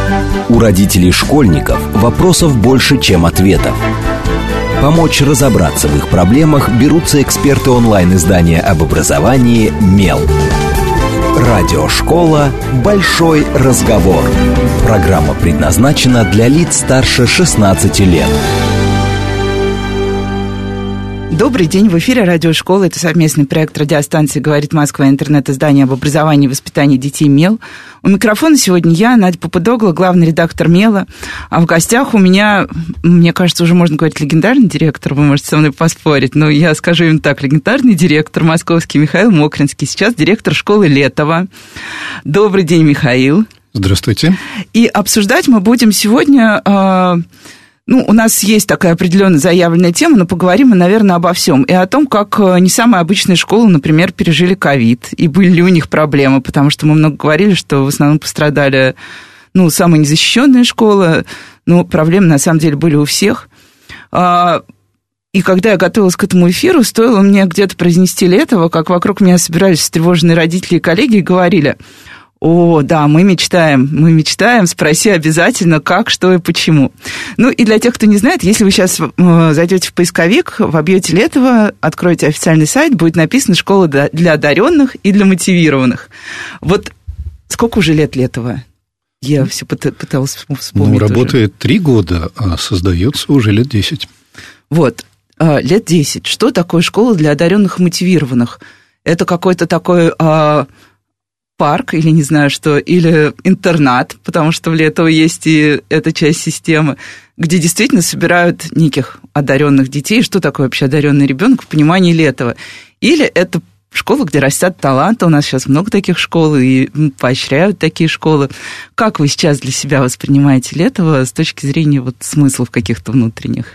У родителей школьников вопросов больше, чем ответов. Помочь разобраться в их проблемах берутся эксперты онлайн-издания об образовании «Мел». Радиошкола «Большой разговор». Программа предназначена для лиц старше 16 лет. Добрый день, в эфире радиошкола. Это совместный проект радиостанции «Говорит Москва», интернет-издание об образовании и воспитании детей «Мел». У микрофона сегодня я, Надя Попудогла, главный редактор «Мела». А в гостях у меня, мне кажется, уже можно говорить легендарный директор, вы можете со мной поспорить, но я скажу им так, легендарный директор московский Михаил Мокринский, сейчас директор школы Летово. Добрый день, Михаил. Здравствуйте. И обсуждать мы будем сегодня... у нас есть такая определенно заявленная тема, но поговорим мы, наверное, обо всем. И о том, как не самые обычные школы, например, пережили ковид, и были ли у них проблемы, потому что мы много говорили, что в основном пострадали, самые незащищенные школы, но проблемы, на самом деле, были у всех. И когда я готовилась к этому эфиру, стоило мне где-то произнести Летово, как вокруг меня собирались встревоженные родители и коллеги и говорили... О, да, мы мечтаем, спроси обязательно, как, что и почему. И для тех, кто не знает, если вы сейчас зайдете в поисковик, вобьете Летово, откроете официальный сайт, будет написано «Школа для одаренных и для мотивированных». Вот сколько уже лет Летово? Я все пыталась вспомнить. Работает 3 года, а создается уже лет 10. Лет 10. Что такое школа для одаренных и мотивированных? Это какой-то такой... парк, или не знаю что, или интернат, потому что в Летово есть и эта часть системы, где действительно собирают неких одаренных детей. Что такое вообще одаренный ребенок в понимании Летова? Или это школа, где растят таланты, у нас сейчас много таких школ, и поощряют такие школы. Как вы сейчас для себя воспринимаете Летово с точки зрения смыслов каких-то внутренних?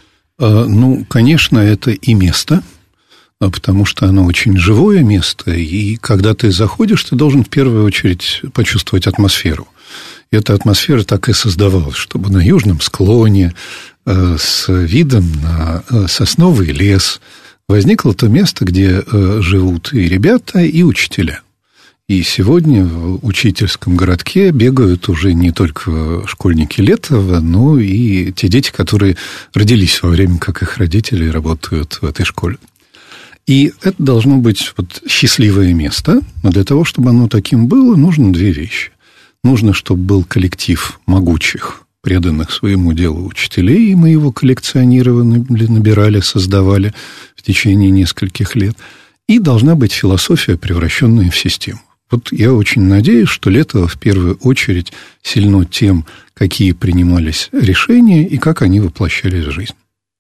Конечно, это и место, потому что оно очень живое место, и когда ты заходишь, ты должен в первую очередь почувствовать атмосферу. И эта атмосфера так и создавалась, чтобы на южном склоне с видом на сосновый лес возникло то место, где живут и ребята, и учителя. И сегодня в учительском городке бегают уже не только школьники Летова, но и те дети, которые родились во время, как их родители работают в этой школе. И это должно быть счастливое место, но для того, чтобы оно таким было, нужно 2 вещи. Нужно, чтобы был коллектив могучих, преданных своему делу учителей, и мы его коллекционировали, набирали, создавали в течение нескольких лет. И должна быть философия, превращенная в систему. Я очень надеюсь, что Летово в первую очередь сильно тем, какие принимались решения и как они воплощались в жизнь.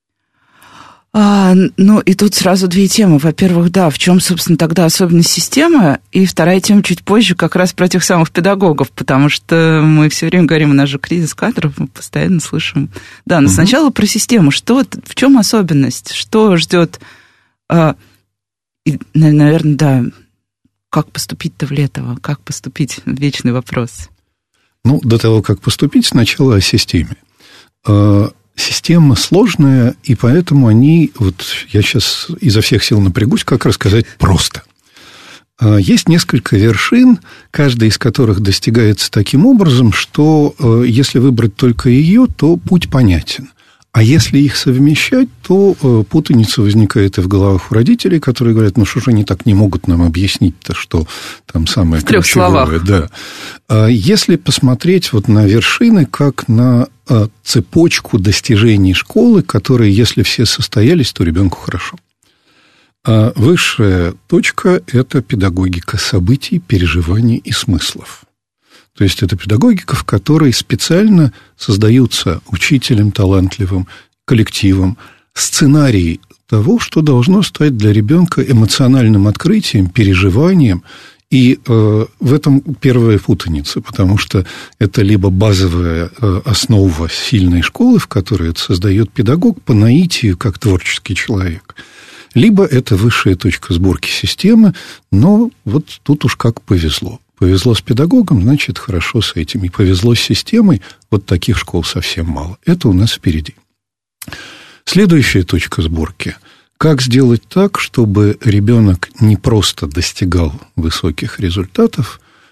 И тут сразу 2 темы. Во-первых, да, в чем, собственно, тогда особенность системы, и вторая тема чуть позже как раз про тех самых педагогов, потому что мы все время говорим, у нас же кризис кадров, мы постоянно слышим. Да, но сначала про систему. В чем особенность? Что ждет? Наверное, да, как поступить-то в Летово? Как поступить? Вечный вопрос. До того, как поступить, сначала о системе. Система сложная, и поэтому я сейчас изо всех сил напрягусь, как рассказать просто. Есть несколько вершин, каждая из которых достигается таким образом, что если выбрать только ее, то путь понятен. А если их совмещать, то путаница возникает и в головах у родителей, которые говорят, что же они так не могут нам объяснить-то, что там самое ключевое. В 3 словах. Да. Если посмотреть на вершины, как на цепочку достижений школы, которые, если все состоялись, то ребенку хорошо. Высшая точка – это педагогика событий, переживаний и смыслов. То есть, это педагогика, в которой специально создаются учителем талантливым, коллективом, сценарий того, что должно стать для ребенка эмоциональным открытием, переживанием. И в этом первая путаница, потому что это либо базовая основа сильной школы, в которой это создает педагог по наитию, как творческий человек, либо это высшая точка сборки системы, но тут уж как повезло. Повезло с педагогом, значит, хорошо с этим. И повезло с системой, таких школ совсем мало. Это у нас впереди. Следующая точка сборки. Как сделать так, чтобы ребенок не просто достигал высоких результатов,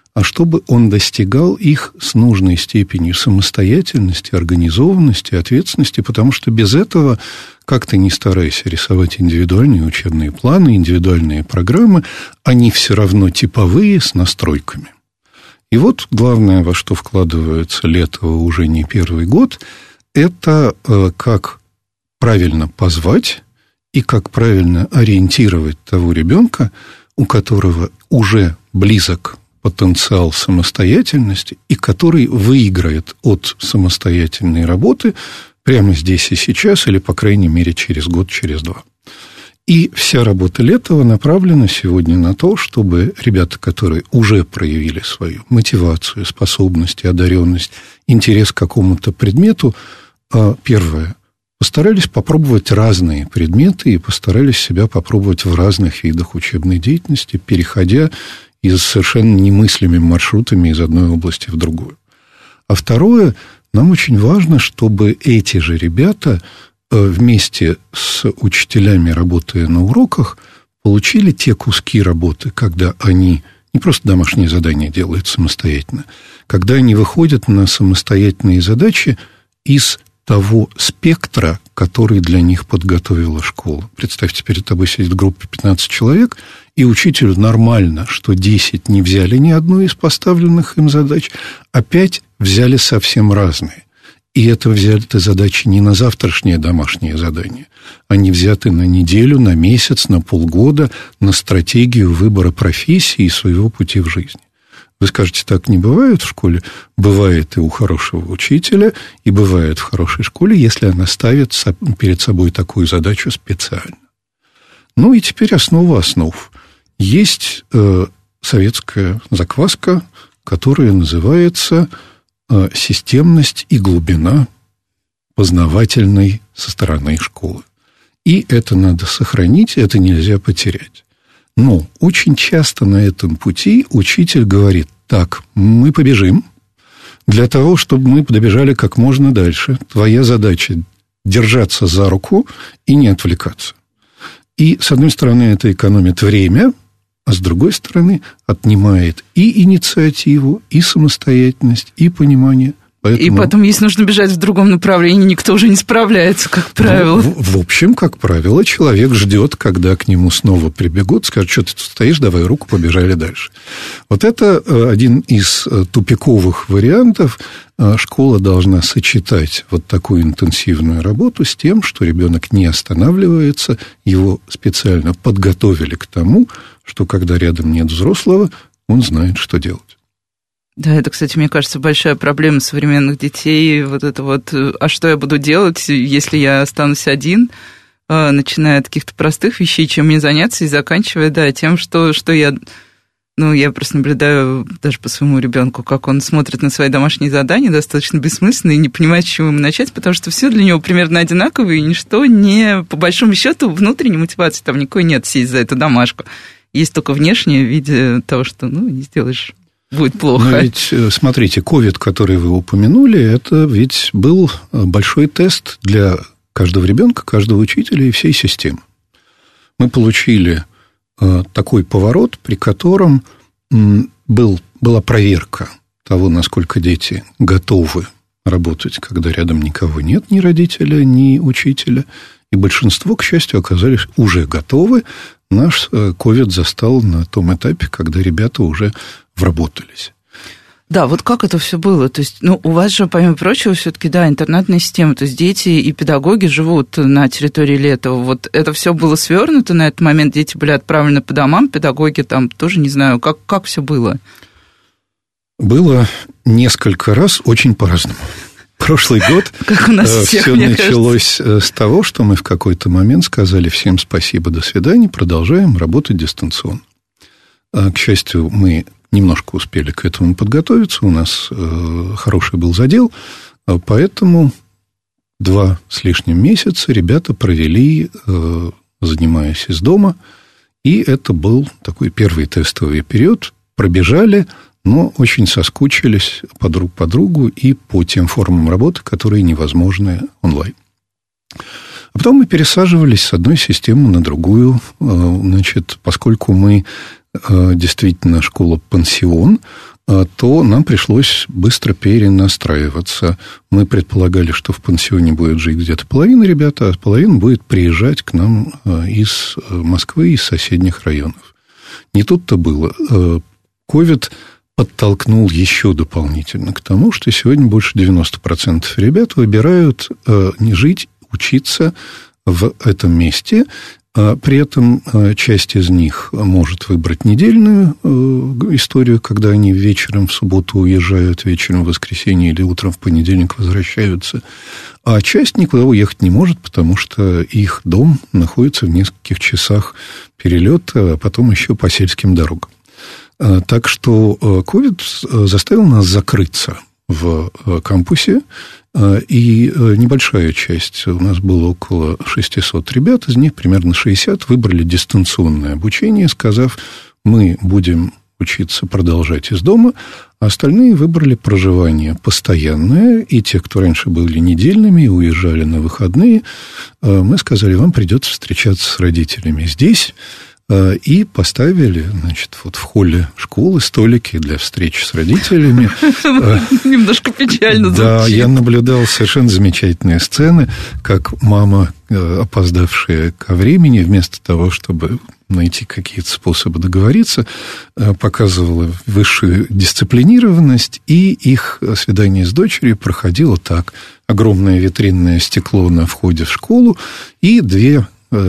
а чтобы он достигал их с нужной степенью самостоятельности, организованности, ответственности, потому что без этого, как ты ни старайся рисовать индивидуальные учебные планы, индивидуальные программы, они все равно типовые с настройками. И вот главное, во что вкладывается Летова уже не первый год, это как правильно позвать и как правильно ориентировать того ребенка, у которого уже близок потенциал самостоятельности и который выиграет от самостоятельной работы прямо здесь и сейчас, или, по крайней мере, через год, через два. И вся работа Летова направлена сегодня на то, чтобы ребята, которые уже проявили свою мотивацию, способность, одаренность, интерес к какому-то предмету, первое, постарались попробовать разные предметы и постарались себя попробовать в разных видах учебной деятельности, переходя из совершенно немыслимыми маршрутами из одной области в другую. А второе, нам очень важно, чтобы эти же ребята вместе с учителями, работая на уроках, получили те куски работы, когда они не просто домашние задания делают самостоятельно, когда они выходят на самостоятельные задачи из того спектра, который для них подготовила школа. Представьте, перед тобой сидит группа 15 человек, и учителю нормально, что 10 не взяли ни одну из поставленных им задач, а 5 взяли совсем разные. И это взяты задачи не на завтрашнее домашнее задание. Они взяты на неделю, на месяц, на полгода, на стратегию выбора профессии и своего пути в жизни. Вы скажете, так не бывает в школе? Бывает и у хорошего учителя, и бывает в хорошей школе, если она ставит перед собой такую задачу специально. Ну и теперь основа основ. Есть советская закваска, которая называется системность и глубина познавательной со стороны школы. И это надо сохранить, это нельзя потерять. Но очень часто на этом пути учитель говорит: так, мы побежим для того, чтобы мы добежали как можно дальше. Твоя задача – держаться за руку и не отвлекаться. И, с одной стороны, это экономит время, а с другой стороны, отнимает и инициативу, и самостоятельность, и понимание. Поэтому... И потом, если нужно бежать в другом направлении, никто уже не справляется, как правило. В общем, как правило, человек ждет, когда к нему снова прибегут, скажут: что ты тут стоишь, давай руку, побежали дальше. Вот это один из тупиковых вариантов. Школа должна сочетать вот такую интенсивную работу с тем, что ребенок не останавливается, его специально подготовили к тому, что когда рядом нет взрослого, он знает, что делать. Да, это, кстати, мне кажется, большая проблема современных детей. Вот это вот, а что я буду делать, если я останусь один, начиная от каких-то простых вещей, чем мне заняться, и заканчивая, да, тем, что я... Ну, я просто наблюдаю даже по своему ребенку, как он смотрит на свои домашние задания, достаточно бессмысленно, и не понимает, с чего ему начать, потому что все для него примерно одинаково, и ничто не, по большому счету, внутренней мотивации там никакой нет сесть за эту домашку. Есть только внешнее в виде того, что, не сделаешь... будет плохо. Но ведь, смотрите, ковид, который вы упомянули, это ведь был большой тест для каждого ребенка, каждого учителя и всей системы. Мы получили такой поворот, при котором была проверка того, насколько дети готовы работать, когда рядом никого нет, ни родителя, ни учителя. И большинство, к счастью, оказались уже готовы. Наш ковид застал на том этапе, когда ребята уже вработались. Да, вот как это все было? То есть, у вас же, помимо прочего, все-таки, да, интернатная система, то есть дети и педагоги живут на территории Летова. Вот это все было свернуто на этот момент, дети были отправлены по домам, педагоги там тоже не знаю, как все было? Было несколько раз очень по-разному. Прошлый год все началось с того, что мы в какой-то момент сказали всем спасибо, до свидания, продолжаем работать дистанционно. К счастью, мы немножко успели к этому подготовиться, у нас хороший был задел, поэтому 2 с лишним месяца ребята провели, занимаясь из дома, и это был такой первый тестовый период, пробежали, но очень соскучились друг по другу и по тем формам работы, которые невозможны онлайн. А потом мы пересаживались с одной системы на другую. Значит, поскольку мы действительно школа-пансион, то нам пришлось быстро перенастраиваться. Мы предполагали, что в пансионе будет жить где-то половина ребят, а половина будет приезжать к нам из Москвы, из соседних районов. Не тут-то было. Ковид подтолкнул еще дополнительно к тому, что сегодня больше 90% ребят выбирают жить, учиться в этом месте. При этом часть из них может выбрать недельную историю, когда они вечером в субботу уезжают, вечером в воскресенье или утром в понедельник возвращаются. А часть никуда уехать не может, потому что их дом находится в нескольких часах перелета, а потом еще по сельским дорогам. Так что ковид заставил нас закрыться в кампусе, и небольшая часть, у нас было около 600 ребят, из них примерно 60 выбрали дистанционное обучение, сказав, мы будем учиться продолжать из дома, а остальные выбрали проживание постоянное, и те, кто раньше были недельными и уезжали на выходные, мы сказали, вам придется встречаться с родителями здесь, и поставили, значит, вот в холле школы столики для встреч с родителями. Немножко печально звучит. Да, я наблюдал совершенно замечательные сцены, как мама, опоздавшая ко времени, вместо того, чтобы найти какие-то способы договориться, показывала высшую дисциплинированность, и их свидание с дочерью проходило так. Огромное витринное стекло на входе в школу, и две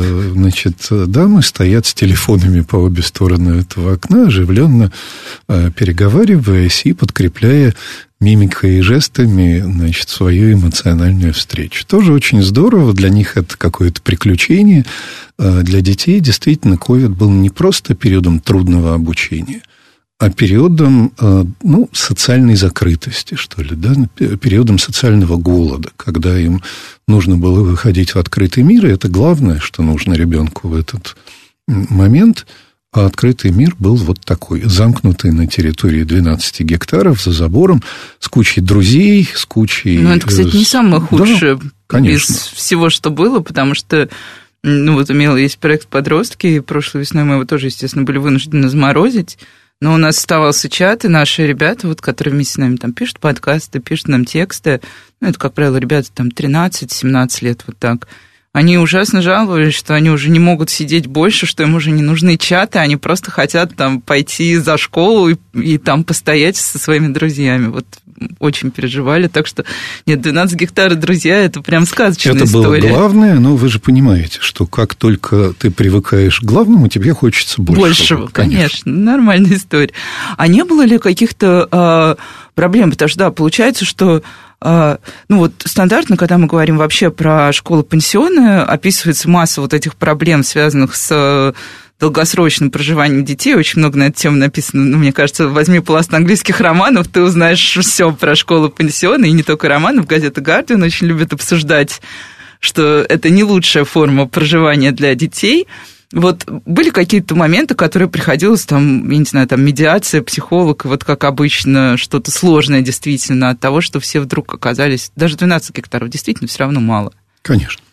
дамы стоят с телефонами по обе стороны этого окна, оживленно переговариваясь и подкрепляя мимикой и жестами, свою эмоциональную встречу. Тоже очень здорово, для них это какое-то приключение. Для детей действительно ковид был не просто периодом трудного обучения, а периодом, социальной закрытости, что ли, да, периодом социального голода, когда им нужно было выходить в открытый мир, и это главное, что нужно ребенку в этот момент, а открытый мир был вот такой, замкнутый на территории 12 гекаров за забором, с кучей друзей, с кучей... Ну, это, кстати, не самое худшее из всего, что было, потому что, у Мелы есть проект «Подростки», и прошлой весной мы его тоже, естественно, были вынуждены заморозить. Но у нас оставался чат, и наши ребята, которые вместе с нами там пишут подкасты, пишут нам тексты, это, как правило, ребята там 13-17 лет, вот так, они ужасно жаловались, что они уже не могут сидеть больше, что им уже не нужны чаты, они просто хотят там пойти за школу и там постоять со своими друзьями. Вот очень переживали, так что, нет, 12 гектаров, друзья, это прям сказочная история. Это было главное, но вы же понимаете, что как только ты привыкаешь к главному, тебе хочется большего. Большего, конечно, нормальная история. А не было ли каких-то проблем? Потому что, да, получается, что стандартно, когда мы говорим вообще про школы-пансионы, описывается масса вот этих проблем, связанных с долгосрочным проживанием детей. Очень много на эту тему написано. Мне кажется, возьми пласт английских романов, ты узнаешь все про школы-пансионы, и не только романов. Газета «Гардиан» очень любит обсуждать, что это не лучшая форма проживания для детей. Вот были какие-то моменты, которые приходилось, медиация, психолог, и как обычно, что-то сложное действительно от того, что все вдруг оказались... Даже 12 гектаров действительно все равно мало. Конечно.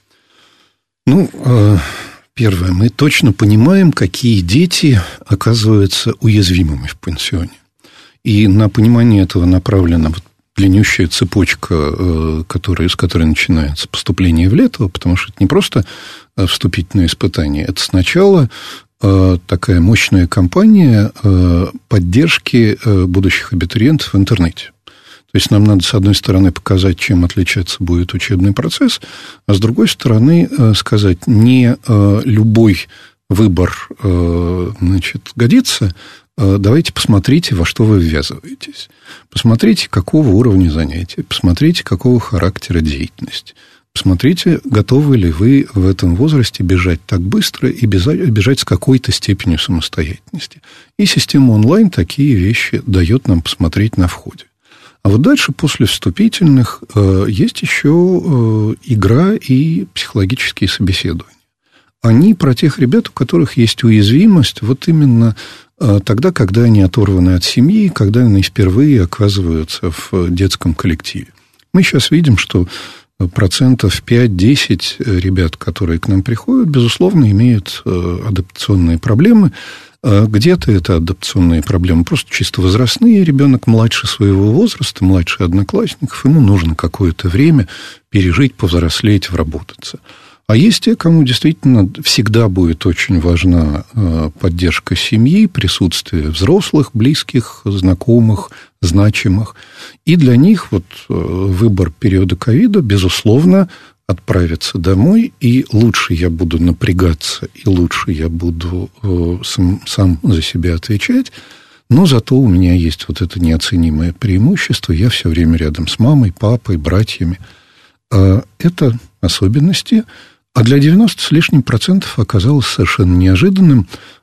Первое, мы точно понимаем, какие дети оказываются уязвимыми в пансионе. И на понимание этого направлена длиннющая цепочка, с которой начинается поступление в лето, потому что это не просто вступительное испытание, это сначала такая мощная кампания поддержки будущих абитуриентов в интернете. То есть нам надо, с одной стороны, показать, чем отличаться будет учебный процесс, а с другой стороны, сказать, не любой выбор, годится, давайте посмотрите, во что вы ввязываетесь. Посмотрите, какого уровня занятий, посмотрите, какого характера деятельности. Посмотрите, готовы ли вы в этом возрасте бежать так быстро и бежать с какой-то степенью самостоятельности. И система онлайн такие вещи дает нам посмотреть на входе. А вот дальше, после вступительных, есть еще игра и психологические собеседования. Они про тех ребят, у которых есть уязвимость, вот именно тогда, когда они оторваны от семьи, когда они впервые оказываются в детском коллективе. Мы сейчас видим, что 5-10% ребят, которые к нам приходят, безусловно, имеют адаптационные проблемы. Где-то это адаптационные проблемы, просто чисто возрастные. Ребенок младше своего возраста, младше одноклассников, ему нужно какое-то время пережить, повзрослеть, вработаться. А есть те, кому действительно всегда будет очень важна поддержка семьи, присутствие взрослых, близких, знакомых, значимых. И для них вот выбор периода ковида, безусловно, отправиться домой, и лучше я буду напрягаться, и лучше я буду сам за себя отвечать, но зато у меня есть вот это неоценимое преимущество, я все время рядом с мамой, папой, братьями. Это особенности, а для 90 с лишним процентов оказалось совершенно неожиданным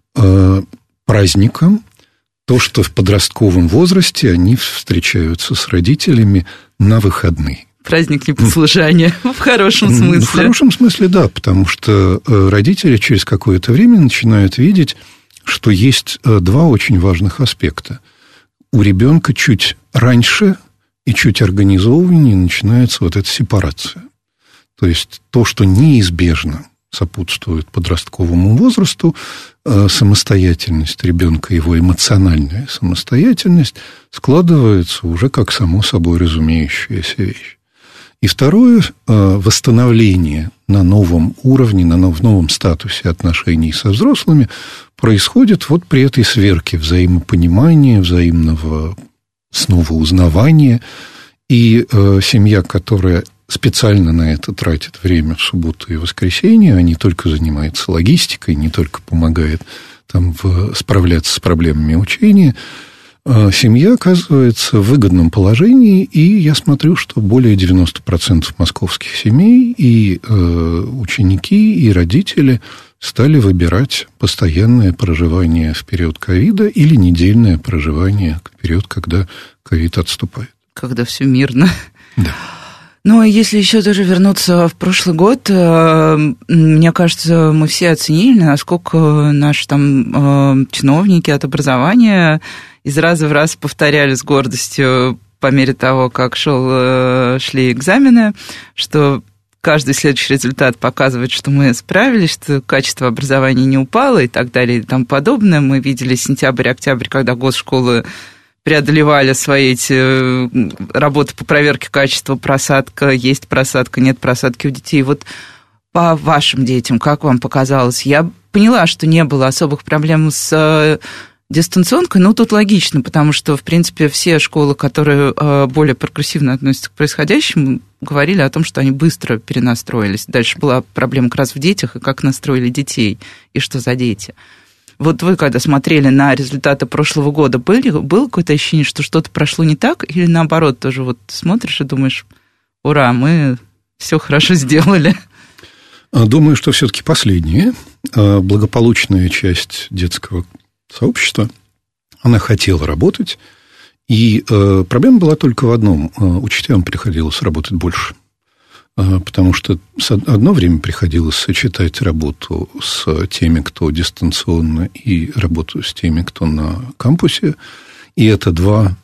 праздником то, что в подростковом возрасте они встречаются с родителями на выходные. Праздник непослушания, в хорошем смысле. В хорошем смысле, да, потому что родители через какое-то время начинают видеть, что есть два очень важных аспекта. У ребенка чуть раньше и чуть организованнее начинается вот эта сепарация. То есть то, что неизбежно сопутствует подростковому возрасту, самостоятельность ребенка, его эмоциональная самостоятельность складывается уже как само собой разумеющаяся вещь. И второе, восстановление на новом уровне, в новом статусе отношений со взрослыми происходит вот при этой сверке взаимопонимания, взаимного снова узнавания. И семья, которая специально на это тратит время в субботу и воскресенье, а не только занимается логистикой, не только помогает там справляться с проблемами учения, семья оказывается в выгодном положении, и я смотрю, что более 90% московских семей и ученики, и родители стали выбирать постоянное проживание в период ковида или недельное проживание в период, когда ковид отступает. Когда все мирно. Да. Ну, а если еще даже вернуться в прошлый год, мне кажется, мы все оценили, насколько наши там чиновники от образования из раза в раз повторяли с гордостью по мере того, как шли экзамены, что каждый следующий результат показывает, что мы справились, что качество образования не упало и так далее и тому подобное. Мы видели сентябрь-октябрь, когда госшколы преодолевали свои эти работы по проверке качества, просадка, есть просадка, нет просадки у детей. Вот по вашим детям, как вам показалось? Я поняла, что не было особых проблем с дистанционкой, но тут логично, потому что, в принципе, все школы, которые более прогрессивно относятся к происходящему, говорили о том, что они быстро перенастроились. Дальше была проблема как раз в детях, и как настроили детей, и что за дети. Вот вы, когда смотрели на результаты прошлого года, было какое-то ощущение, что что-то прошло не так, или наоборот, тоже вот смотришь и думаешь, ура, мы все хорошо сделали? Думаю, что все-таки последнее. Благополучная часть детского сообщества, она хотела работать, и проблема была только в одном. Учителям приходилось работать больше. Потому что одно время приходилось сочетать работу с теми, кто дистанционно, и работу с теми, кто на кампусе. И это две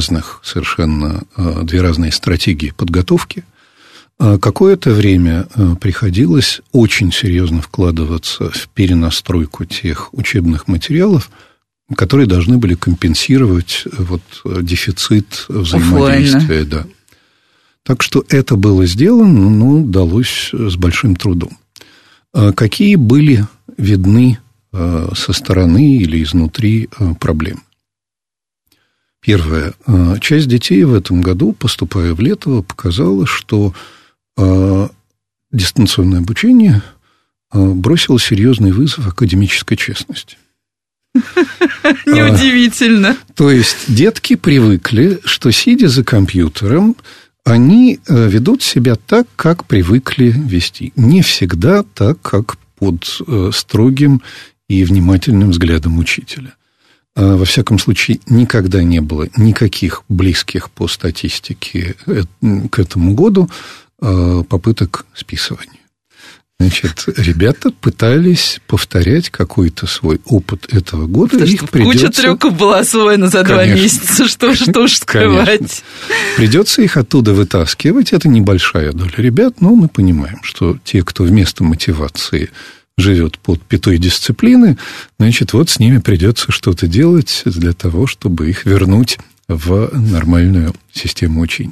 разные стратегии подготовки. Какое-то время приходилось очень серьезно вкладываться в перенастройку тех учебных материалов, которые должны были компенсировать вот дефицит взаимодействия. Да. Так что это было сделано, но далось с большим трудом. Какие были видны со стороны или изнутри проблемы? Первое. Часть детей в этом году, поступая в Летово, показала, что дистанционное обучение бросило серьезный вызов академической честности. Неудивительно. То есть детки привыкли, что, сидя за компьютером, они ведут себя так, как привыкли вести. Не всегда так, как под строгим и внимательным взглядом учителя. Во всяком случае, никогда не было никаких близких по статистике к этому году попыток списывания. Значит, ребята пытались повторять какой-то свой опыт этого года. Куча трюков была освоена за 2 месяца, что уж скрывать. Конечно. Придется их оттуда вытаскивать. Это небольшая доля ребят, но мы понимаем, что те, кто вместо мотивации живет под пятой дисциплины, значит, вот с ними придется что-то делать для того, чтобы их вернуть в нормальную систему учения.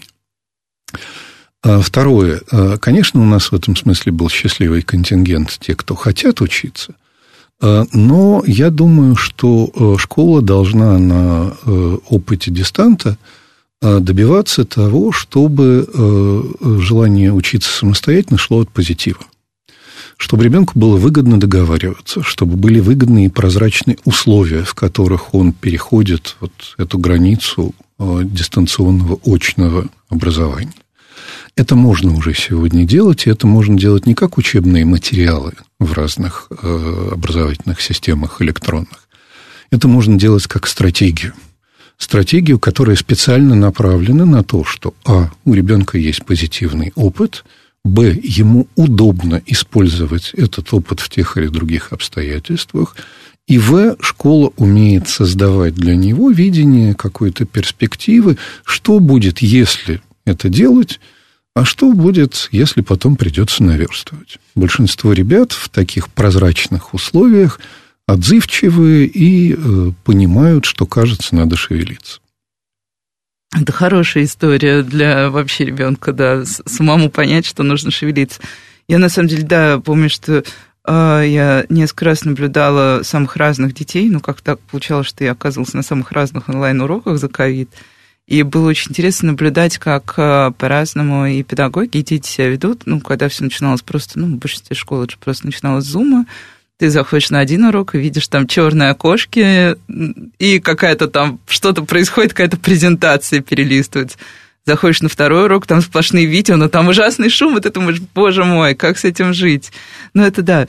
Второе. Конечно, у нас в этом смысле был счастливый контингент, те, кто хотят учиться, но я думаю, что школа должна на опыте дистанта добиваться того, чтобы желание учиться самостоятельно шло от позитива. Чтобы ребенку было выгодно договариваться, чтобы были выгодные и прозрачные условия, в которых он переходит вот эту границу дистанционного очного образования. Это можно уже сегодня делать, и это можно делать не как учебные материалы в разных образовательных системах электронных. Это можно делать как стратегию. Стратегию, которая специально направлена на то, что у ребенка есть позитивный опыт, ему удобно использовать этот опыт в тех или других обстоятельствах, и школа умеет создавать для него видение какой-то перспективы, что будет, если это делать, а что будет, если потом придется наверстывать. Большинство ребят в таких прозрачных условиях отзывчивые и понимают, что, кажется, надо шевелиться. Это хорошая история для вообще ребенка, да, самому понять, что нужно шевелиться. Я, на самом деле, да, помню, что я несколько раз наблюдала самых разных детей, как так получалось, что я оказывалась на самых разных онлайн-уроках за ковид, и было очень интересно наблюдать, как по-разному и педагоги, и дети себя ведут, когда все начиналось просто, в большинстве школ это же просто начиналось с зума. Ты заходишь на один урок и видишь там черные окошки, и какая-то там что-то происходит, какая-то презентация перелистывается. Заходишь на второй урок, там сплошные видео, но там ужасный шум, и ты думаешь, боже мой, как с этим жить? Это да.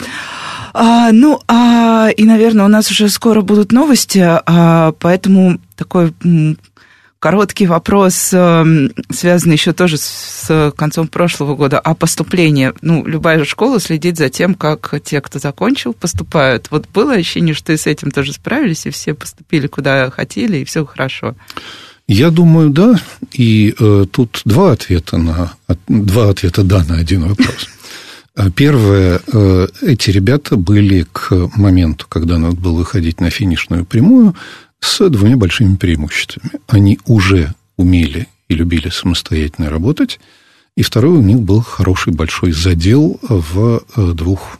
И, наверное, у нас уже скоро будут новости, поэтому такой короткий вопрос, связанный еще тоже с концом прошлого года, о поступлении. Любая же школа следит за тем, как те, кто закончил, поступают. Вот было ощущение, что и с этим тоже справились, и все поступили куда хотели, и все хорошо? Я думаю, да. И тут два ответа на один вопрос. Первое, эти ребята были к моменту, когда надо было выходить на финишную прямую, с двумя большими преимуществами. Они уже умели и любили самостоятельно работать, и второй, у них был хороший большой задел в двух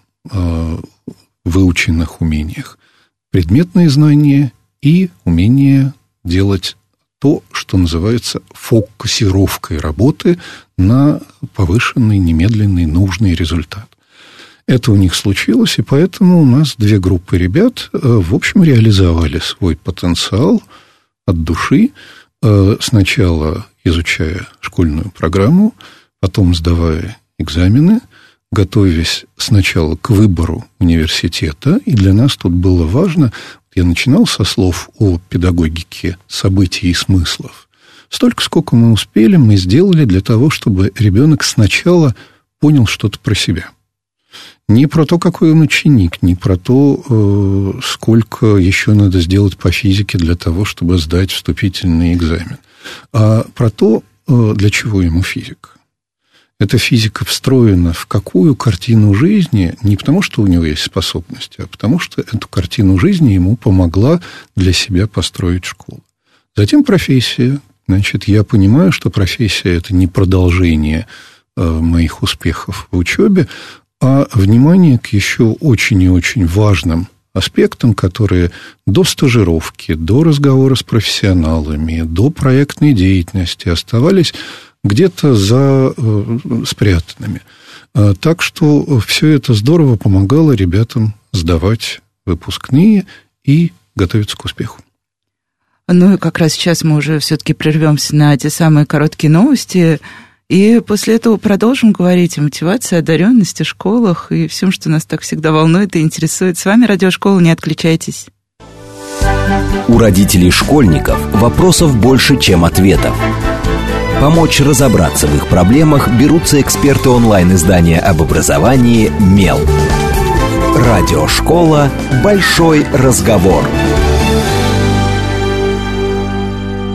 выученных умениях. Предметные знания и умение делать то, что называется фокусировкой работы на повышенный, немедленный, нужный результат. Это у них случилось, и поэтому у нас две группы ребят, в общем, реализовали свой потенциал от души, сначала изучая школьную программу, потом сдавая экзамены, готовясь сначала к выбору университета, и для нас тут было важно, я начинал со слов о педагогике событий и смыслов. Столько, сколько мы успели, мы сделали для того, чтобы ребенок сначала понял что-то про себя. Не про то, какой он ученик, не про то, сколько еще надо сделать по физике для того, чтобы сдать вступительный экзамен, а про то, для чего ему физика. Эта физика встроена в какую картину жизни, не потому, что у него есть способности, а потому, что эту картину жизни ему помогла для себя построить школа. Затем профессия. Значит, я понимаю, что профессия – это не продолжение моих успехов в учебе, а внимание к еще очень и очень важным аспектам, которые до стажировки, до разговора с профессионалами, до проектной деятельности оставались где-то спрятанными. Так что все это здорово помогало ребятам сдавать выпускные и готовиться к успеху. И как раз сейчас мы уже все-таки прервемся на те самые короткие новости, и после этого продолжим говорить о мотивации, одаренности, школах и всем, что нас так всегда волнует и интересует. С вами Радиошкола, не отключайтесь. У родителей школьников вопросов больше, чем ответов. Помочь разобраться в их проблемах берутся эксперты онлайн-издания об образовании «Мел». Радиошкола «Большой разговор».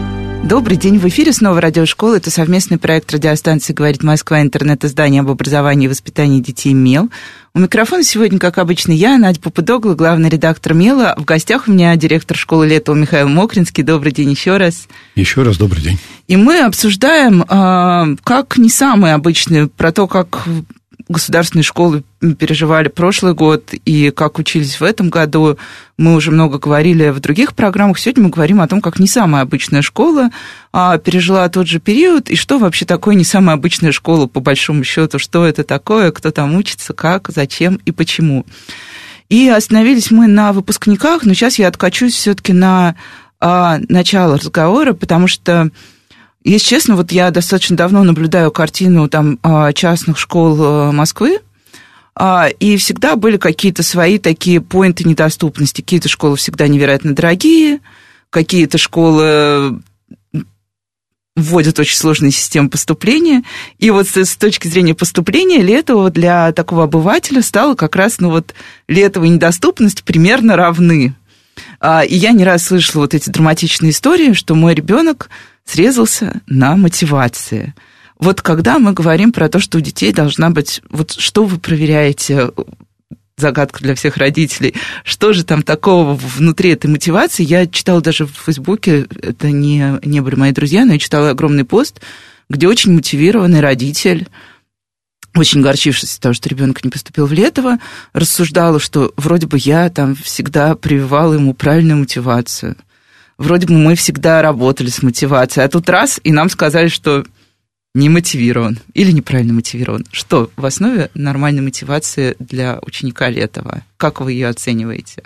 Добрый день, в эфире снова радиошкола. Это совместный проект радиостанции «Говорит Москва», интернет-издание об образовании и воспитании детей «МЕЛ». У микрофона сегодня, как обычно, я, Надя Попудогла, главный редактор «МЕЛа». В гостях у меня директор школы Летова Михаил Мокринский. Добрый день еще раз. Еще раз добрый день. И мы обсуждаем, как не самые обычные, про то, как государственные школы переживали прошлый год и как учились в этом году. Мы уже много говорили в других программах. Сегодня мы говорим о том, как не самая обычная школа пережила тот же период, и что вообще такое не самая обычная школа, по большому счету, что это такое, кто там учится, как, зачем и почему. И остановились мы на выпускниках, но сейчас я откачусь все-таки на начало разговора, потому что, если честно, вот я достаточно давно наблюдаю картину там частных школ Москвы, и всегда были какие-то свои такие поинты недоступности. Какие-то школы всегда невероятно дорогие, какие-то школы вводят очень сложные системы поступления. И вот с точки зрения поступления Летово для такого обывателя стало как раз, Летово и недоступность примерно равны. И я не раз слышала вот эти драматичные истории, что мой ребенок срезался на мотивации. Вот когда мы говорим про то, что у детей должна быть... Вот что вы проверяете? Загадка для всех родителей. Что же там такого внутри этой мотивации? Я читала даже в Фейсбуке, это не были мои друзья, но я читала огромный пост, где очень мотивированный родитель, очень огорчившись от того, что ребенок не поступил в Летово, рассуждала, что вроде бы я там всегда прививала ему правильную мотивацию. Вроде бы мы всегда работали с мотивацией, а тут раз, и нам сказали, что не мотивирован или неправильно мотивирован. Что в основе нормальной мотивации для ученика Летова? Как вы ее оцениваете?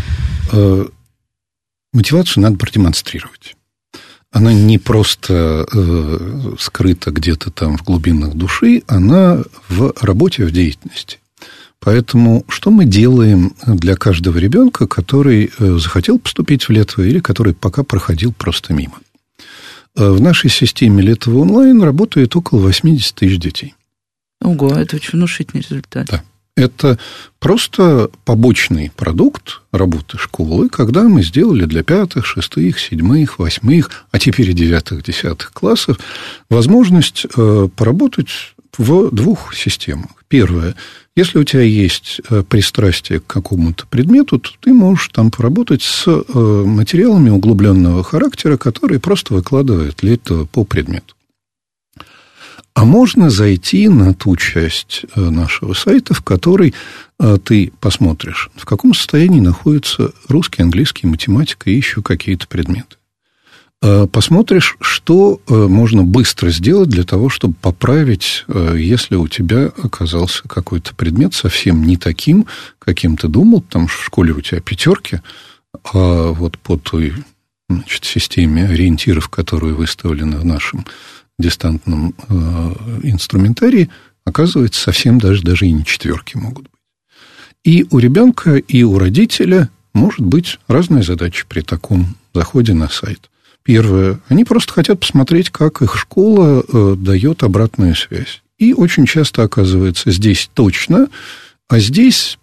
Мотивацию надо продемонстрировать. Она не просто скрыта где-то там в глубинах души, она в работе, в деятельности. Поэтому что мы делаем для каждого ребенка, который захотел поступить в Летово или который пока проходил просто мимо? В нашей системе Летово онлайн работает около 80 тысяч детей. Ого, это очень внушительный результат. Да. Это просто побочный продукт работы школы, когда мы сделали для 5, 6, 7, 8, а теперь и 9, 10 классов возможность поработать в двух системах. Первое. Если у тебя есть пристрастие к какому-то предмету, то ты можешь там поработать с материалами углубленного характера, которые просто выкладывает Летово по предмету. А можно зайти на ту часть нашего сайта, в которой ты посмотришь, в каком состоянии находятся русский, английский, математика и еще какие-то предметы. Посмотришь, что можно быстро сделать для того, чтобы поправить, если у тебя оказался какой-то предмет совсем не таким, каким ты думал, потому что в школе у тебя 5, а вот по той, системе ориентиров, которые выставлены в нашем дистантном инструментарии, оказывается, совсем даже и не 4 могут быть. И у ребенка, и у родителя может быть разная задача при таком заходе на сайт. Первое, они просто хотят посмотреть, как их школа дает обратную связь. И очень часто оказывается, здесь точно, а здесь,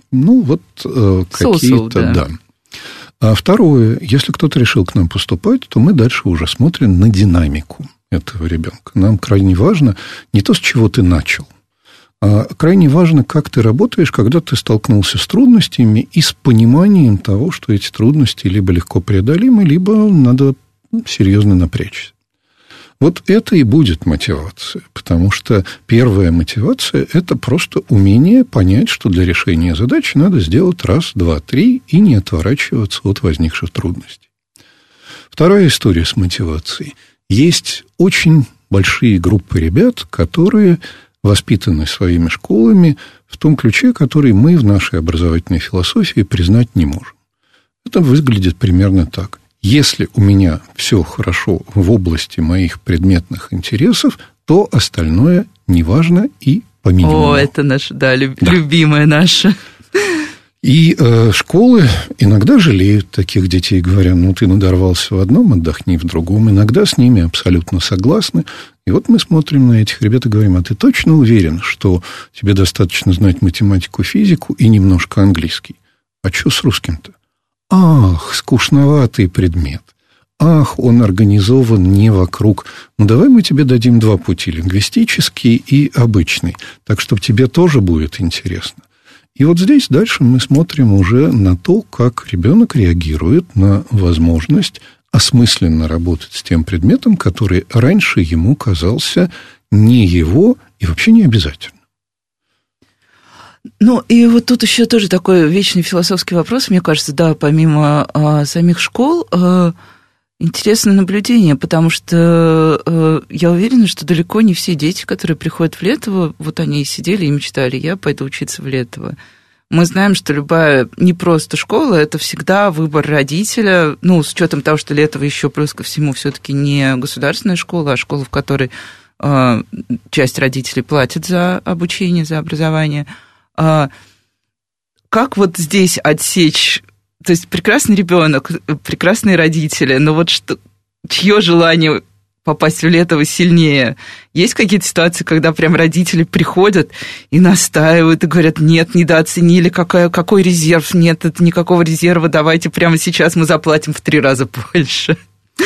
какие-то, да. А второе, если кто-то решил к нам поступать, то мы дальше уже смотрим на динамику этого ребенка. Нам крайне важно не то, с чего ты начал, а крайне важно, как ты работаешь, когда ты столкнулся с трудностями и с пониманием того, что эти трудности либо легко преодолимы, либо надо серьезно напрячься. Вот это и будет мотивация, потому что первая мотивация – это просто умение понять, что для решения задачи надо сделать 1, 2, 3 и не отворачиваться от возникших трудностей. Вторая история с мотивацией. Есть очень большие группы ребят, которые воспитаны своими школами в том ключе, который мы в нашей образовательной философии признать не можем. Это выглядит примерно так. Если у меня все хорошо в области моих предметных интересов, то остальное неважно и по минимуму. О, это наша, любимая наша. И школы иногда жалеют таких детей, говоря, ты надорвался в одном, отдохни в другом. Иногда с ними абсолютно согласны. И вот мы смотрим на этих ребят и говорим, а ты точно уверен, что тебе достаточно знать математику, физику и немножко английский? А что с русским-то? Ах, скучноватый предмет. ах, он организован не вокруг. Ну, давай мы тебе дадим два пути, лингвистический и обычный, так, чтобы тебе тоже будет интересно. И вот здесь дальше мы смотрим уже на то, как ребенок реагирует на возможность осмысленно работать с тем предметом, который раньше ему казался не его и вообще не обязательно. Ну, и вот тут еще тоже такой вечный философский вопрос, мне кажется, да, помимо самих школ, интересное наблюдение, потому что я уверена, что далеко не все дети, которые приходят в Летово, вот они и сидели и мечтали, я пойду учиться в Летово. Мы знаем, что любая не просто школа, это всегда выбор родителя, ну, с учетом того, что Летово еще плюс ко всему все-таки не государственная школа, а школа, в которой часть родителей платит за обучение, за образование. Как вот здесь отсечь, то есть прекрасный ребенок, прекрасные родители, но вот что, чье желание попасть в Летово сильнее? Есть какие-то ситуации, когда прям родители приходят и настаивают, и говорят, нет, недооценили, какой резерв, нет, это никакого резерва, давайте прямо сейчас мы заплатим в 3 раза больше?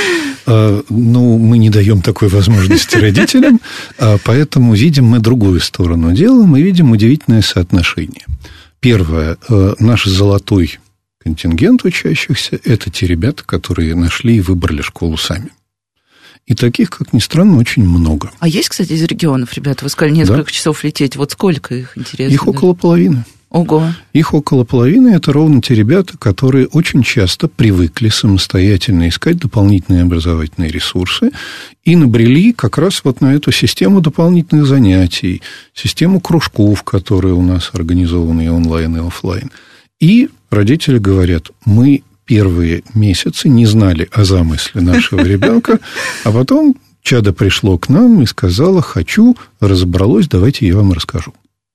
Ну, мы не даем такой возможности родителям, поэтому видим мы другую сторону дела, мы видим удивительное соотношение. Первое, наш золотой контингент учащихся – это те ребята, которые нашли и выбрали школу сами. И таких, как ни странно, очень много. А есть, кстати, из регионов, ребята? Вы сказали, несколько часов лететь. Вот сколько их, интересно? Их около половины. Ого. Их около половины – это ровно те ребята, которые очень часто привыкли самостоятельно искать дополнительные образовательные ресурсы и набрели как раз вот на эту систему дополнительных занятий, систему кружков, которые у нас организованы и онлайн, и офлайн. И родители говорят, мы первые месяцы не знали о замысле нашего ребенка, а потом чадо пришло к нам и сказало, хочу, разобралось, давайте я вам расскажу.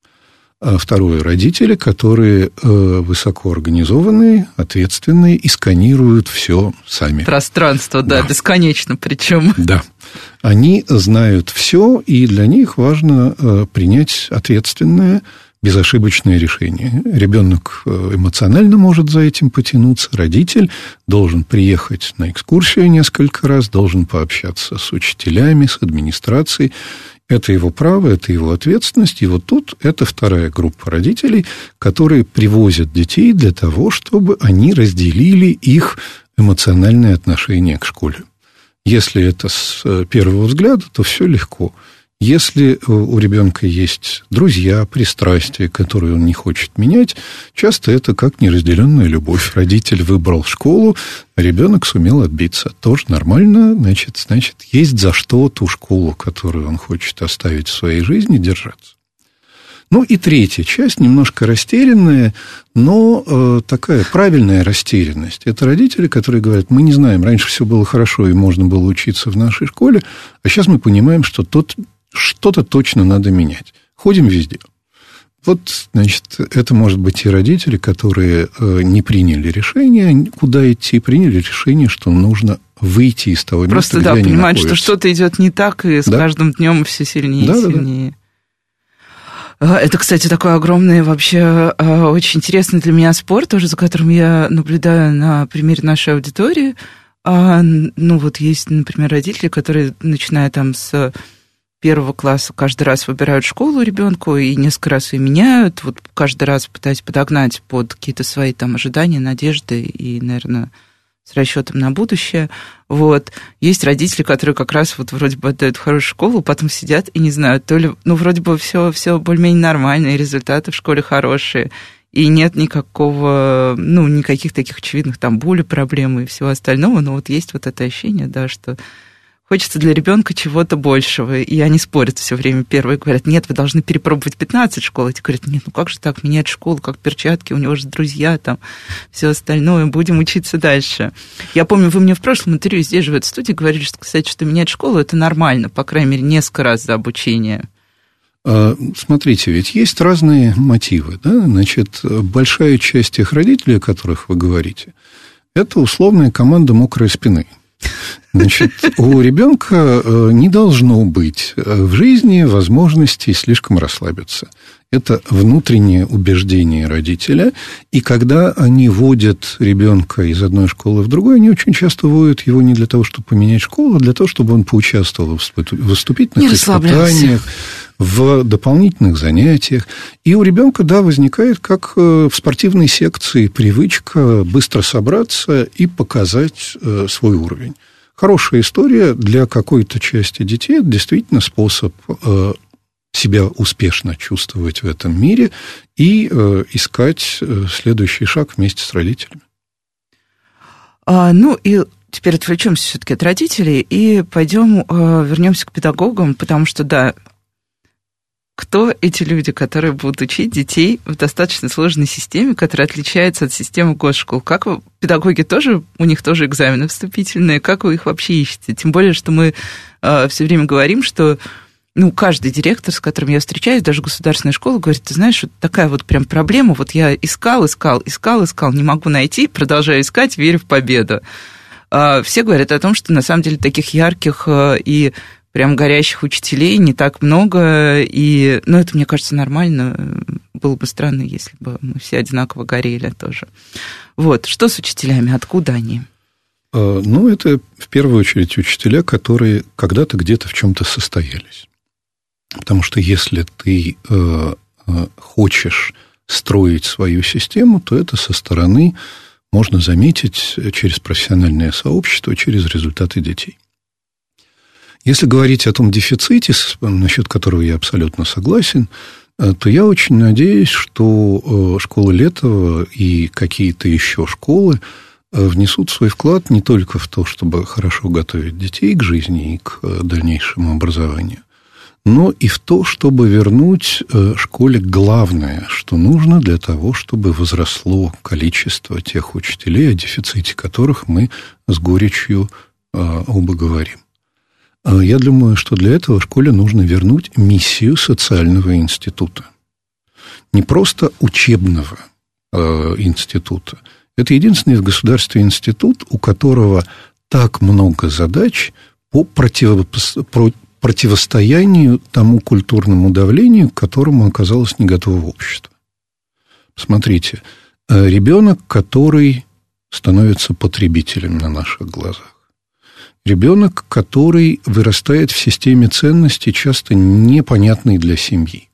А второе, родители, которые высокоорганизованные, ответственные и сканируют все сами. Пространство, да, бесконечно причем. Да. Они знают все, и для них важно принять ответственное, безошибочное решение. Ребенок эмоционально может за этим потянуться, родитель должен приехать на экскурсию несколько раз, должен пообщаться с учителями, с администрацией. Это его право, это его ответственность. И вот тут это вторая группа родителей, которые привозят детей для того, чтобы они разделили их эмоциональное отношение к школе. Если это с первого взгляда, то все легко. Если у ребенка есть друзья, пристрастия, которые он не хочет менять, часто это как неразделенная любовь. Родитель выбрал школу, а ребенок сумел отбиться. Тоже нормально, значит, есть за что ту школу, которую он хочет оставить в своей жизни, держаться. Ну и третья часть, немножко растерянная, но такая правильная растерянность. Это родители, которые говорят, мы не знаем, раньше все было хорошо и можно было учиться в нашей школе, а сейчас мы понимаем, что что-то точно надо менять. Ходим везде. Вот, значит, это может быть и родители, которые не приняли решение, куда идти, приняли решение, что нужно выйти из того места, просто, где они понимают, находятся. Что что-то идет не так, и с каждым днем все сильнее и сильнее. Это, кстати, такой огромный вообще очень интересный для меня спор, тоже за которым я наблюдаю на примере нашей аудитории. Ну, вот есть, например, родители, которые, начиная там с 1 класса, каждый раз выбирают школу ребенку и несколько раз ее меняют, вот каждый раз пытаясь подогнать под какие-то свои там ожидания, надежды и, наверное, с расчетом на будущее. Вот. Есть родители, которые как раз вот вроде бы отдают в хорошую школу, потом сидят и не знают, то ли, ну, вроде бы все более-менее нормально, и результаты в школе хорошие, и нет никакого, ну, никаких таких очевидных там боли, проблем и всего остального, но вот есть вот это ощущение, да, что хочется для ребенка чего-то большего, и они спорят все время. Первые говорят, нет, вы должны перепробовать 15 школ. Эти говорят, нет, ну как же так, менять школу, как перчатки, у него же друзья, там, все остальное, будем учиться дальше. Я помню, вы мне в прошлом интервью здесь же в этой студии говорили, что, кстати, что менять школу, это нормально, по крайней мере, несколько раз за обучение. Смотрите, ведь есть разные мотивы, да? Значит, большая часть тех родителей, о которых вы говорите, это условная команда мокрой спины. Значит, у ребенка не должно быть в жизни возможности слишком расслабиться. Это внутреннее убеждение родителя. И когда они водят ребенка из одной школы в другую, они очень часто водят его не для того, чтобы поменять школу, а для того, чтобы он поучаствовал в выступительных испытаниях, в дополнительных занятиях. И у ребенка, да, возникает, как в спортивной секции, привычка быстро собраться и показать свой уровень. Хорошая история для какой-то части детей. Это действительно способ себя успешно чувствовать в этом мире и искать следующий шаг вместе с родителями. Ну, и теперь отвлечемся все-таки от родителей и вернемся к педагогам, потому что, да, кто эти люди, которые будут учить детей в достаточно сложной системе, которая отличается от системы госшкол? Как вы, педагоги тоже, у них тоже экзамены вступительные, как вы их вообще ищете? Тем более, что мы все время говорим, что каждый директор, с которым я встречаюсь, даже государственная школа, говорит, ты знаешь, вот такая вот прям проблема, вот я искал, не могу найти, продолжаю искать, верю в победу. Все говорят о том, что на самом деле таких ярких и прям горящих учителей не так много, и, это, мне кажется, нормально. Было бы странно, если бы мы все одинаково горели тоже. Вот, что с учителями, откуда они? Это в первую очередь учителя, которые когда-то где-то в чем-то состоялись. Потому что если ты хочешь строить свою систему, то это со стороны можно заметить через профессиональное сообщество, через результаты детей. Если говорить о том дефиците, насчет которого я абсолютно согласен, то я очень надеюсь, что школа Летова и какие-то еще школы внесут свой вклад не только в то, чтобы хорошо готовить детей к жизни и к дальнейшему образованию, но и в то, чтобы вернуть школе главное, что нужно для того, чтобы возросло количество тех учителей, о дефиците которых мы с горечью оба говорим. Я думаю, что для этого школе нужно вернуть миссию социального института. Не просто учебного института. Это единственный в государстве институт, у которого так много задач по противостоянию тому культурному давлению, к которому оказалось не готово общество. Смотрите, ребенок, который становится потребителем на наших глазах. Ребенок, который вырастает в системе ценностей, часто непонятной для семьи.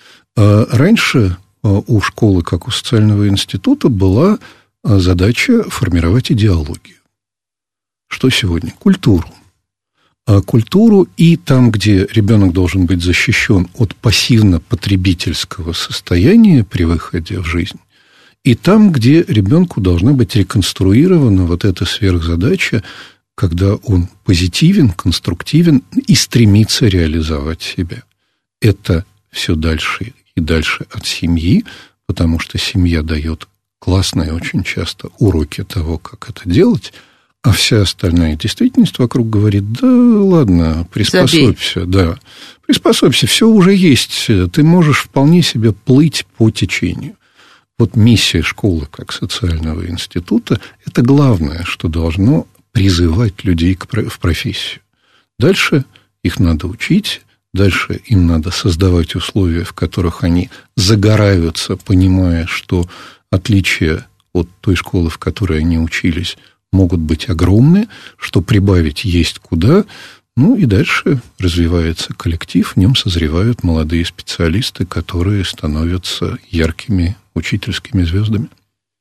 Раньше у школы, как у социального института, была задача формировать идеологию. Что сегодня? Культуру. Культуру и там, где ребенок должен быть защищен от пассивно-потребительского состояния при выходе в жизнь, и там, где ребенку должна быть реконструирована вот эта сверхзадача, когда он позитивен, конструктивен и стремится реализовать себя. Это все дальше и дальше от семьи, потому что семья дает классные очень часто уроки того, как это делать, а вся остальная действительность вокруг говорит, да ладно, приспособься, да, приспособься, все уже есть, ты можешь вполне себе плыть по течению. Вот миссия школы как социального института – это главное, что должно призывать людей в профессию. Дальше их надо учить, дальше им надо создавать условия, в которых они загораются, понимая, что отличия от той школы, в которой они учились, могут быть огромны, что прибавить есть куда. И дальше развивается коллектив, в нем созревают молодые специалисты, которые становятся яркими учительскими звездами.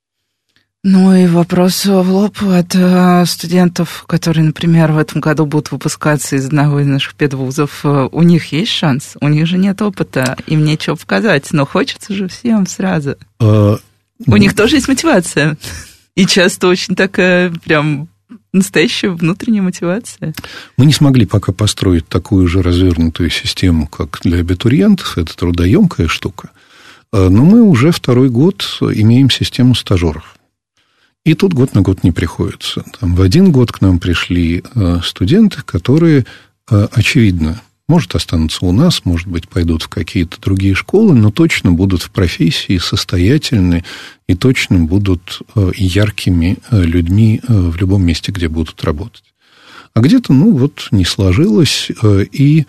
И вопрос в лоб от студентов, которые, например, в этом году будут выпускаться из одного из наших педвузов. У них есть шанс? У них же нет опыта, им нечего показать, но хочется же всем сразу. У них тоже есть мотивация. И часто очень такая прям настоящая внутренняя мотивация. Мы не смогли пока построить такую же развернутую систему, как для абитуриентов. Это трудоемкая штука. Но мы уже второй год имеем систему стажеров. И тут год на год не приходится. В один год к нам пришли студенты, которые, очевидно, может, останутся у нас, может быть, пойдут в какие-то другие школы, но точно будут в профессии состоятельны и точно будут яркими людьми в любом месте, где будут работать. А где-то, не сложилось, и,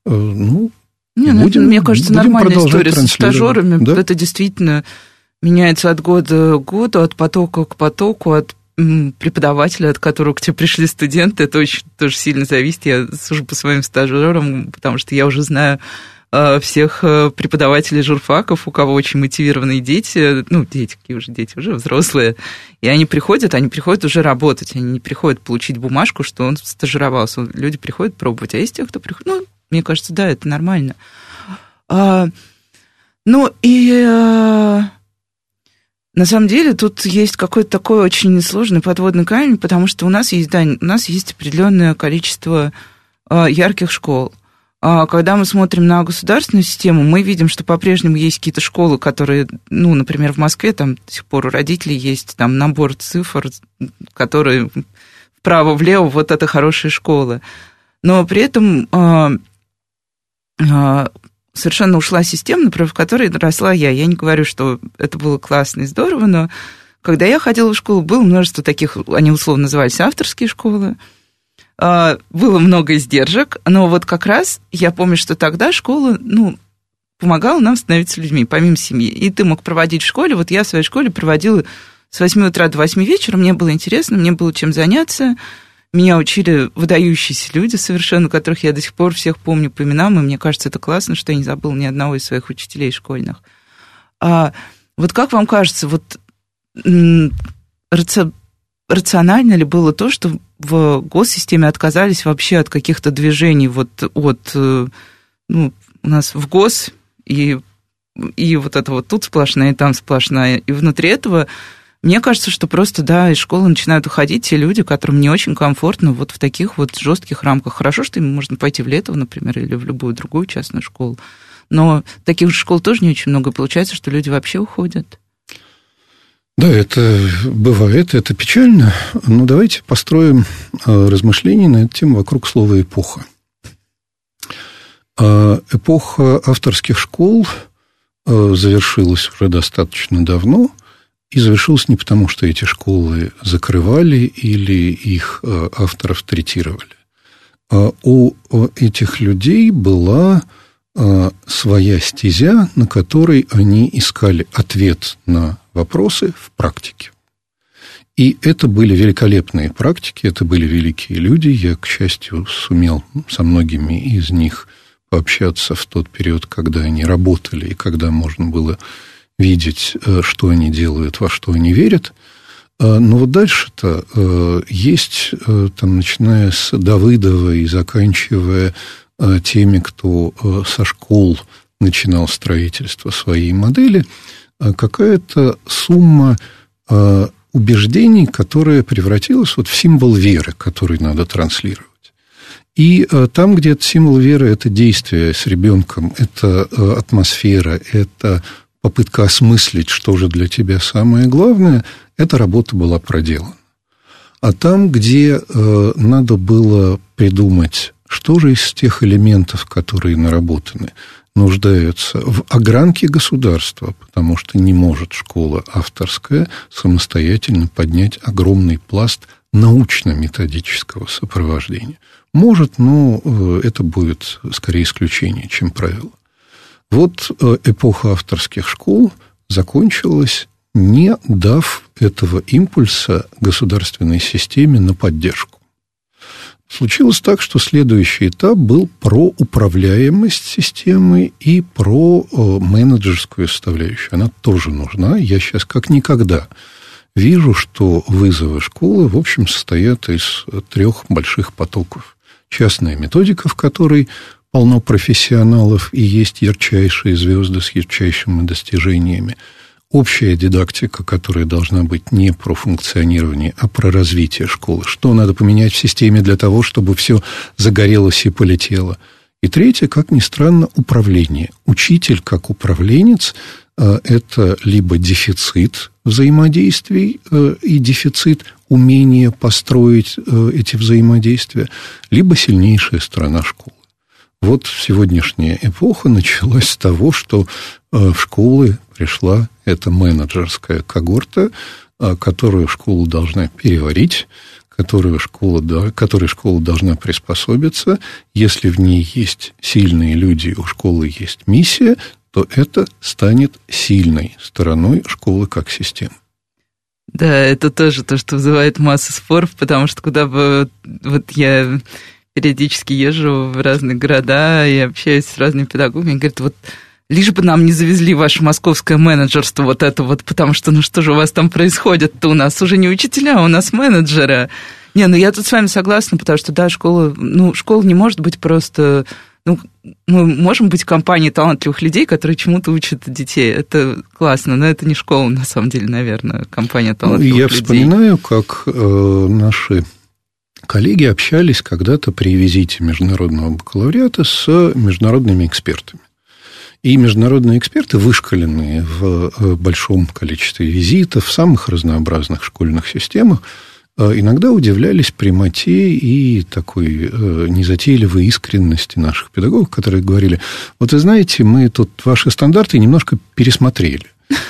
мне кажется, нормальная история со стажерами. Да? Это действительно меняется от года к году, от потока к потоку, от преподавателя, от которого к тебе пришли студенты. Это очень тоже сильно зависит. Я сужу по своим стажерам, потому что я уже знаю всех преподавателей журфаков, у кого очень мотивированные дети, дети уже взрослые, и они приходят уже работать, они не приходят получить бумажку, что он стажировался. Люди приходят пробовать, а есть те, кто приходит, мне кажется, да, это нормально. На самом деле тут есть какой-то такой очень сложный подводный камень, потому что у нас есть определенное количество ярких школ. Когда мы смотрим на государственную систему, мы видим, что по-прежнему есть какие-то школы, которые, например, в Москве, там до сих пор у родителей есть там набор цифр, которые вправо-влево, вот это хорошие школы. Но при этом совершенно ушла система, например, в которой росла я. Я не говорю, что это было классно и здорово, но когда я ходила в школу, было множество таких, они условно назывались авторские школы, было много издержек, но вот как раз я помню, что тогда школа, помогала нам становиться людьми, помимо семьи. И ты мог проводить в школе, вот я в своей школе проводила с 8 утра до 8 вечера, мне было интересно, мне было чем заняться, меня учили выдающиеся люди совершенно, которых я до сих пор всех помню по именам, и мне кажется, это классно, что я не забыла ни одного из своих учителей школьных. Вот как вам кажется, рационально ли было то, что в госсистеме отказались вообще от каких-то движений у нас в ГОС, и вот это вот тут сплошная, и там сплошная, и внутри этого, мне кажется, что просто, из школы начинают уходить те люди, которым не очень комфортно вот в таких вот жестких рамках. Хорошо, что им можно пойти в Летово, например, или в любую другую частную школу, но таких же школ тоже не очень много, получается, что люди вообще уходят. Да, это бывает, это печально, но давайте построим размышления на эту тему вокруг слова «эпоха». Эпоха авторских школ завершилась уже достаточно давно, и завершилась не потому, что эти школы закрывали или их авторов третировали. У этих людей была своя стезя, на которой они искали ответ на вопросы в практике. И это были великолепные практики, это были великие люди. Я, к счастью, сумел со многими из них пообщаться в тот период, когда они работали, и когда можно было видеть, что они делают, во что они верят. Но вот дальше-то есть, начиная с Давыдова и заканчивая теми, кто со школ начинал строительство своей модели, какая-то сумма убеждений, которая превратилась в символ веры, который надо транслировать. И там, где этот символ веры, это действие с ребенком, это атмосфера, это попытка осмыслить, что же для тебя самое главное, эта работа была проделана. А там, где надо было придумать, что же из тех элементов, которые наработаны, нуждаются в огранке государства, потому что не может школа авторская самостоятельно поднять огромный пласт научно-методического сопровождения. Может, но это будет скорее исключение, чем правило. Вот эпоха авторских школ закончилась, не дав этого импульса государственной системе на поддержку. Случилось так, что следующий этап был про управляемость системы и про менеджерскую составляющую. Она тоже нужна. Я сейчас как никогда вижу, что вызовы школы, в общем, состоят из 3 больших потоков. Частная методика, в которой полно профессионалов и есть ярчайшие звезды с ярчайшими достижениями. Общая дидактика, которая должна быть не про функционирование, а про развитие школы. Что надо поменять в системе для того, чтобы все загорелось и полетело. И третье, как ни странно, управление. Учитель как управленец – это либо дефицит взаимодействий и дефицит умения построить эти взаимодействия, либо сильнейшая сторона школы. Вот сегодняшняя эпоха началась с того, что в школы пришла эта менеджерская когорта, которую школа должна переварить, которой школа должна приспособиться. Если в ней есть сильные люди, у школы есть миссия, то это станет сильной стороной школы как системы. Да, это тоже то, что вызывает массу споров, потому что куда бы... Вот я периодически езжу в разные города и общаюсь с разными педагогами, и говорят, вот лишь бы нам не завезли ваше московское менеджерство вот это вот, потому что, ну что же у вас там происходит-то? У нас уже не учителя, у нас менеджеры. Не, ну я тут с вами согласна, потому что, да, школа не может быть просто... Ну, мы можем быть компанией талантливых людей, которые чему-то учат детей. Это классно, но это не школа, на самом деле, наверное, компания талантливых людей. Я вспоминаю, как наши коллеги общались когда-то при визите международного бакалавриата с международными экспертами. И международные эксперты, вышколенные в большом количестве визитов в самых разнообразных школьных системах, иногда удивлялись прямоте и такой незатейливой искренности наших педагогов, которые говорили, вот вы знаете, мы тут ваши стандарты немножко пересмотрели.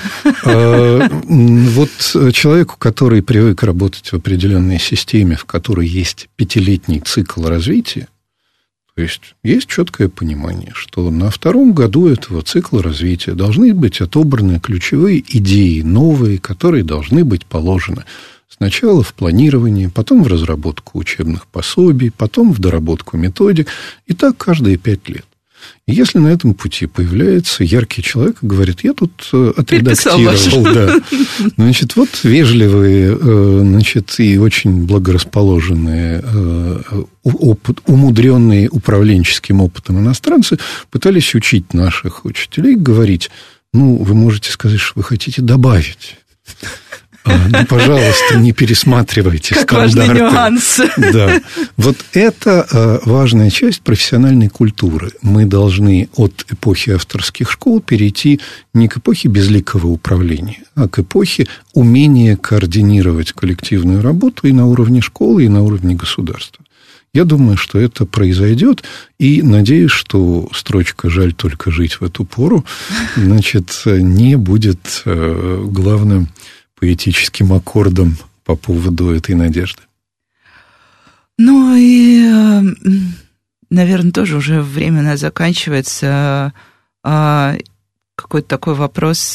Вот человеку, который привык работать в определенной системе, в которой есть 5-летний цикл развития, то есть четкое понимание, что на 2-м году этого цикла развития должны быть отобраны ключевые идеи, новые, которые должны быть положены сначала в планирование, потом в разработку учебных пособий, потом в доработку методик, и так каждые 5 лет. И если на этом пути появляется яркий человек и говорит, я тут отредактировал, да. Значит, вот вежливые, значит, и очень благорасположенные, умудренные управленческим опытом иностранцы пытались учить наших учителей говорить, ну, вы можете сказать, что вы хотите добавить. Ну, пожалуйста, не пересматривайте как стандарты. Важный нюанс. Да. Вот это важная часть профессиональной культуры. Мы должны от эпохи авторских школ перейти не к эпохе безликого управления, а к эпохе умения координировать коллективную работу и на уровне школы, и на уровне государства. Я думаю, что это произойдет, и надеюсь, что строчка «жаль только жить в эту пору», значит, не будет главным поэтическим аккордом по поводу этой надежды. Ну и, наверное, тоже уже время у нас заканчивается. Какой-то такой вопрос.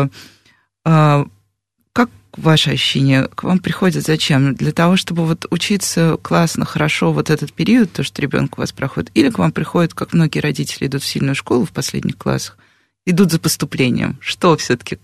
Как ваше ощущение? К вам приходят зачем? Для того, чтобы вот учиться классно, хорошо вот этот период, то, что ребенок у вас проходит? Или к вам приходят, как многие родители идут в сильную школу в последних классах, идут за поступлением? Что все-таки?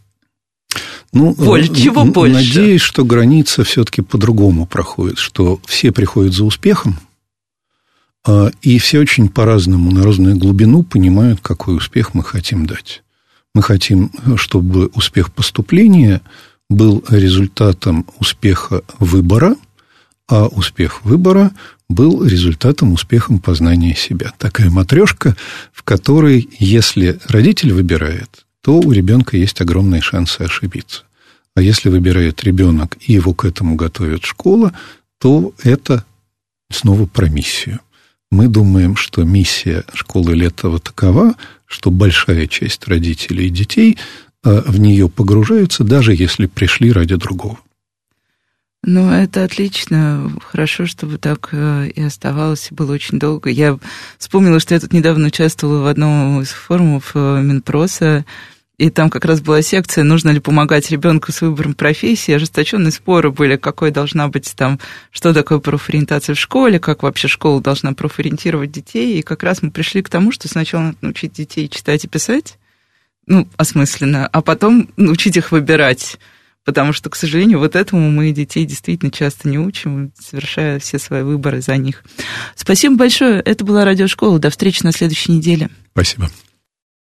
Чего больше? Надеюсь, что граница все-таки по-другому проходит, что все приходят за успехом, и все очень по-разному на разную глубину понимают, какой успех мы хотим дать. Мы хотим, чтобы успех поступления был результатом успеха выбора, а успех выбора был результатом успеха познания себя. Такая матрешка, в которой, если родитель выбирает, то у ребенка есть огромные шансы ошибиться. А если выбирает ребенок и его к этому готовит школа, то это снова про миссию. Мы думаем, что миссия школы Летова такова, что большая часть родителей и детей в нее погружаются, даже если пришли ради другого. Ну, это отлично. Хорошо, чтобы так и оставалось, и было очень долго. Я вспомнила, что я тут недавно участвовала в одном из форумов Минпроса, и там как раз была секция, нужно ли помогать ребенку с выбором профессии. Ожесточенные споры были, какой должна быть там, что такое профориентация в школе, как вообще школа должна профориентировать детей. И как раз мы пришли к тому, что сначала надо научить детей читать и писать, ну, осмысленно, а потом научить их выбирать. Потому что, к сожалению, вот этому мы детей действительно часто не учим, совершая все свои выборы за них. Спасибо большое. Это была Радиошкола. До встречи на следующей неделе. Спасибо.